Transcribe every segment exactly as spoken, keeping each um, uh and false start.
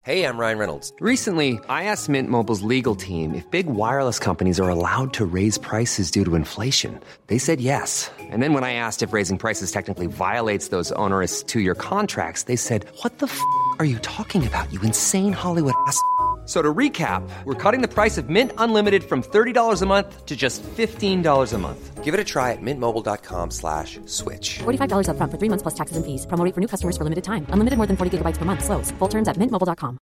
Hey, I'm Ryan Reynolds. Recently, I asked Mint Mobile's legal team if big wireless companies are allowed to raise prices due to inflation. They said yes. And then when I asked if raising prices technically violates those onerous two-year contracts, they said, what the f*** are you talking about, you insane Hollywood ass f- So to recap, we're cutting the price of Mint Unlimited from thirty dollars a month to just fifteen dollars a month. Give it a try at mintmobile.com slash switch. forty-five dollars up front for three months plus taxes and fees. Promo rate for new customers for limited time. Unlimited more than forty gigabytes per month. Slows full terms at mint mobile dot com.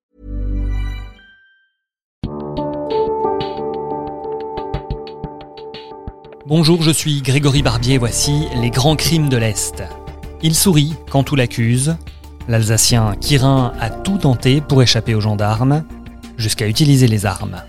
Bonjour, je suis Grégory Barbier, voici les grands crimes de l'Est. Il sourit quand tout l'accuse. L'Alsacien Quirin a tout tenté pour échapper aux gendarmes, jusqu'à utiliser les armes.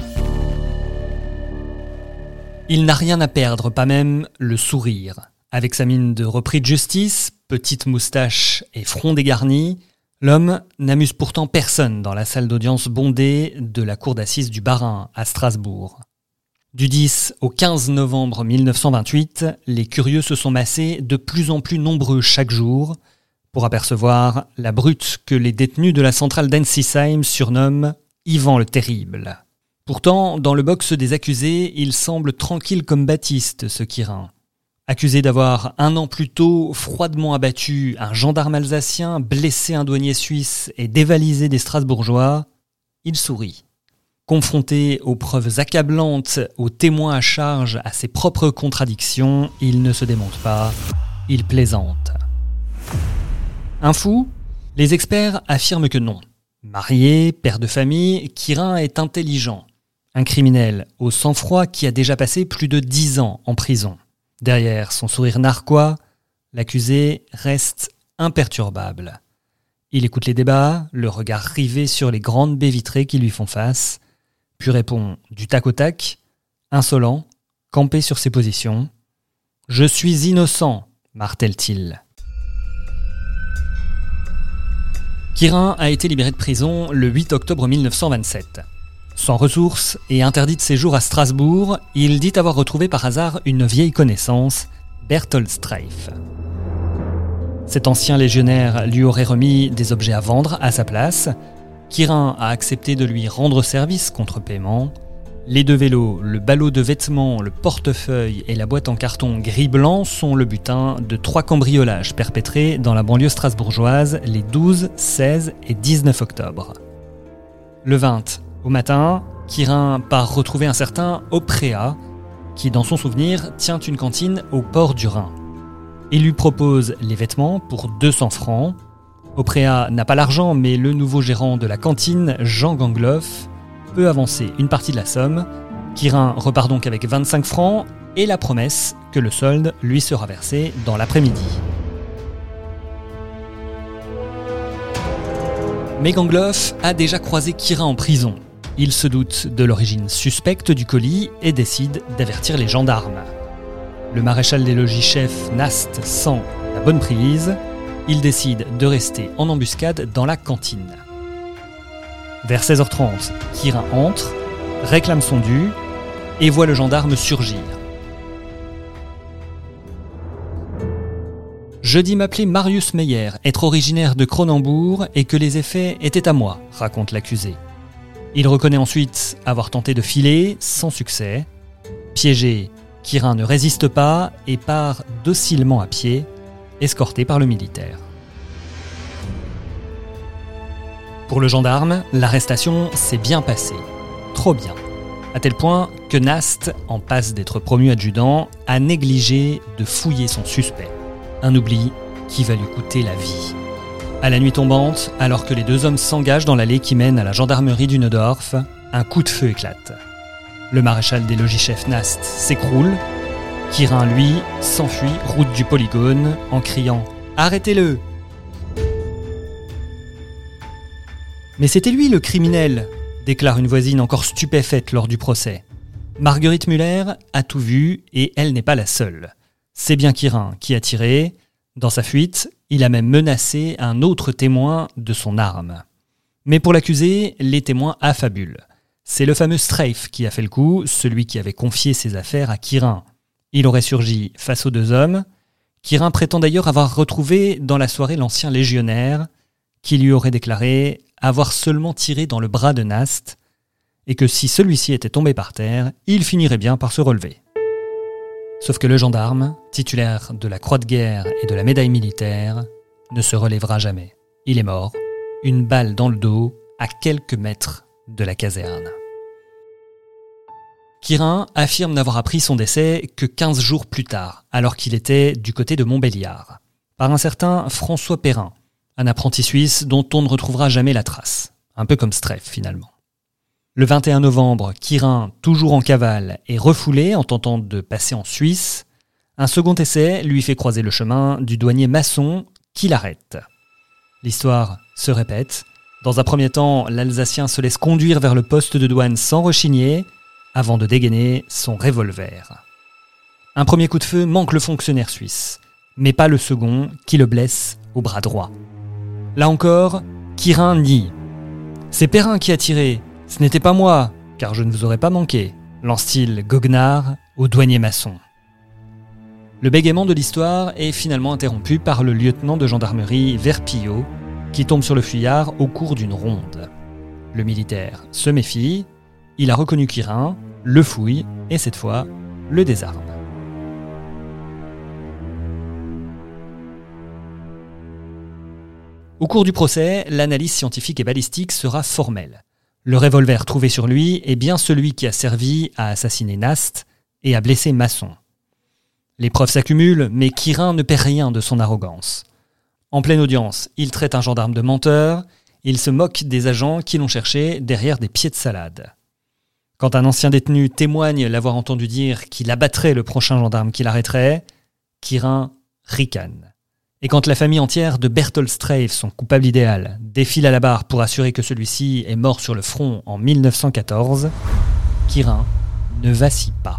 Il n'a rien à perdre, pas même le sourire. Avec sa mine de repris de justice, petite moustache et front dégarni, l'homme n'amuse pourtant personne dans la salle d'audience bondée de la cour d'assises du Bas-Rhin à Strasbourg. Du dix au quinze novembre mille neuf cent vingt-huit, les curieux se sont massés de plus en plus nombreux chaque jour pour apercevoir la brute que les détenus de la centrale d'Ensisheim surnomment Ivan le Terrible. Pourtant, dans le box des accusés, il semble tranquille comme Baptiste, ce Quirin. Accusé d'avoir un an plus tôt froidement abattu un gendarme alsacien, blessé un douanier suisse et dévalisé des Strasbourgeois, il sourit. Confronté aux preuves accablantes, aux témoins à charge, à ses propres contradictions, il ne se démonte pas, il plaisante. Un fou ? Les experts affirment que non. Marié, père de famille, Quirin est intelligent. Un criminel au sang-froid qui a déjà passé plus de dix ans en prison. Derrière son sourire narquois, l'accusé reste imperturbable. Il écoute les débats, le regard rivé sur les grandes baies vitrées qui lui font face, puis répond du tac au tac, insolent, campé sur ses positions. « Je suis innocent », martèle-t-il. Quirin a été libéré de prison le huit octobre mille neuf cent vingt-sept. Sans ressources et interdit de séjour à Strasbourg, il dit avoir retrouvé par hasard une vieille connaissance, Berthold Streif. Cet ancien légionnaire lui aurait remis des objets à vendre à sa place. Quirin a accepté de lui rendre service contre paiement. Les deux vélos, le ballot de vêtements, le portefeuille et la boîte en carton gris-blanc sont le butin de trois cambriolages perpétrés dans la banlieue strasbourgeoise les douze, seize et dix-neuf octobre. Le vingt, au matin, Quirin part retrouver un certain Oprea, qui dans son souvenir tient une cantine au port du Rhin. Il lui propose les vêtements pour deux cents francs. Oprea n'a pas l'argent, mais le nouveau gérant de la cantine, Jean Gangloff, peut avancer une partie de la somme. Quirin repart donc avec vingt-cinq francs et la promesse que le solde lui sera versé dans l'après-midi. Mais Gangloff a déjà croisé Quirin en prison. Il se doute de l'origine suspecte du colis et décide d'avertir les gendarmes. Le maréchal des logis-chefs Nast sent la bonne prise. Il décide de rester en embuscade dans la cantine. Vers seize heures trente, Quirin entre, réclame son dû et voit le gendarme surgir. « Je dis m'appeler Marius Meyer, être originaire de Cronenbourg et que les effets étaient à moi », raconte l'accusé. Il reconnaît ensuite avoir tenté de filer, sans succès. Piégé, Quirin ne résiste pas et part docilement à pied, escorté par le militaire. Pour le gendarme, l'arrestation s'est bien passée. Trop bien. À tel point que Nast, en passe d'être promu adjudant, a négligé de fouiller son suspect. Un oubli qui va lui coûter la vie. À la nuit tombante, alors que les deux hommes s'engagent dans l'allée qui mène à la gendarmerie du Neudorf, un coup de feu éclate. Le maréchal des logis-chefs Nast s'écroule. Quirin, lui, s'enfuit route du Polygone en criant « Arrêtez-le !» Mais c'était lui le criminel, déclare une voisine encore stupéfaite lors du procès. Marguerite Muller a tout vu et elle n'est pas la seule. C'est bien Quirin qui a tiré. Dans sa fuite, il a même menacé un autre témoin de son arme. Mais pour l'accusé, les témoins affabulent. C'est le fameux Streif qui a fait le coup, celui qui avait confié ses affaires à Quirin. Il aurait surgi face aux deux hommes. Quirin prétend d'ailleurs avoir retrouvé dans la soirée l'ancien légionnaire qui lui aurait déclaré avoir seulement tiré dans le bras de Nast, et que si celui-ci était tombé par terre, il finirait bien par se relever. Sauf que le gendarme, titulaire de la croix de guerre et de la médaille militaire, ne se relèvera jamais. Il est mort, une balle dans le dos, à quelques mètres de la caserne. Quirin affirme n'avoir appris son décès que quinze jours plus tard, alors qu'il était du côté de Montbéliard, par un certain François Perrin, un apprenti suisse dont on ne retrouvera jamais la trace, un peu comme Streff finalement. Le vingt et un novembre, Quirin, toujours en cavale, est refoulé en tentant de passer en Suisse. Un second essai lui fait croiser le chemin du douanier Masson qui l'arrête. L'histoire se répète. Dans un premier temps, l'Alsacien se laisse conduire vers le poste de douane sans rechigner, avant de dégainer son revolver. Un premier coup de feu manque le fonctionnaire suisse, mais pas le second qui le blesse au bras droit. Là encore, Quirin nie. « C'est Perrin qui a tiré, ce n'était pas moi, car je ne vous aurais pas manqué », lance-t-il goguenard au douanier Masson. Le bégaiement de l'histoire est finalement interrompu par le lieutenant de gendarmerie Verpillot, qui tombe sur le fuyard au cours d'une ronde. Le militaire se méfie, il a reconnu Quirin, le fouille et cette fois, le désarme. Au cours du procès, l'analyse scientifique et balistique sera formelle. Le revolver trouvé sur lui est bien celui qui a servi à assassiner Nast et à blesser Masson. Les preuves s'accumulent, mais Quirin ne perd rien de son arrogance. En pleine audience, il traite un gendarme de menteur, il se moque des agents qui l'ont cherché derrière des pieds de salade. Quand un ancien détenu témoigne l'avoir entendu dire qu'il abattrait le prochain gendarme qui l'arrêterait, Quirin ricane. Et quand la famille entière de Berthold Streff, son coupable idéal, défile à la barre pour assurer que celui-ci est mort sur le front en mille neuf cent quatorze, Quirin ne vacille pas.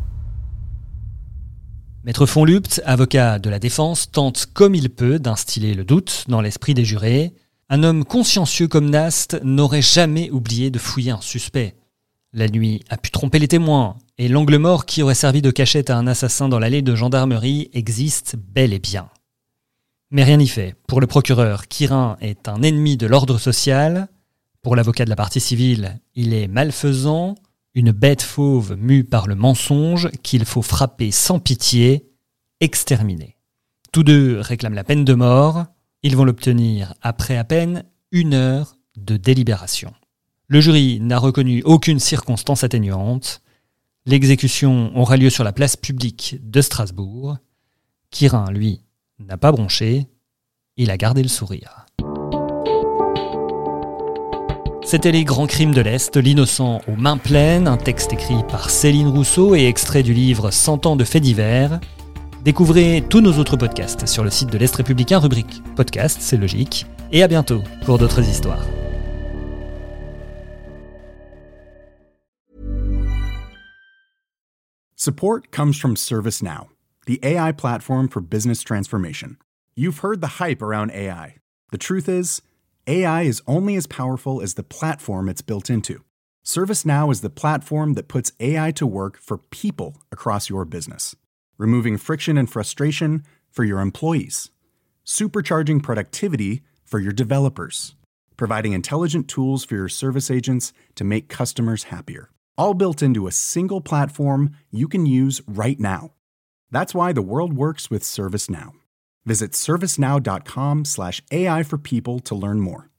Maître Fonlupt, avocat de la défense, tente comme il peut d'instiller le doute dans l'esprit des jurés. Un homme consciencieux comme Nast n'aurait jamais oublié de fouiller un suspect. La nuit a pu tromper les témoins, et l'angle mort qui aurait servi de cachette à un assassin dans l'allée de gendarmerie existe bel et bien. Mais rien n'y fait. Pour le procureur, Quirin est un ennemi de l'ordre social. Pour l'avocat de la partie civile, il est malfaisant, une bête fauve mue par le mensonge qu'il faut frapper sans pitié, exterminer. Tous deux réclament la peine de mort. Ils vont l'obtenir après à peine une heure de délibération. Le jury n'a reconnu aucune circonstance atténuante. L'exécution aura lieu sur la place publique de Strasbourg. Quirin, lui, n'a pas bronché. Il a gardé le sourire. C'était Les Grands Crimes de l'Est, l'innocent aux mains pleines, un texte écrit par Céline Rousseau et extrait du livre cent ans de faits divers. Découvrez tous nos autres podcasts sur le site de l'Est républicain, rubrique podcast, c'est logique. Et à bientôt pour d'autres histoires. Support comes from ServiceNow, the A I platform for business transformation. You've heard the hype around A I. The truth is, A I is only as powerful as the platform it's built into. ServiceNow is the platform that puts A I to work for people across your business, removing friction and frustration for your employees, supercharging productivity for your developers, providing intelligent tools for your service agents to make customers happier, all built into a single platform you can use right now. That's why the world works with ServiceNow. Visit servicenow.com slash AI for people to learn more.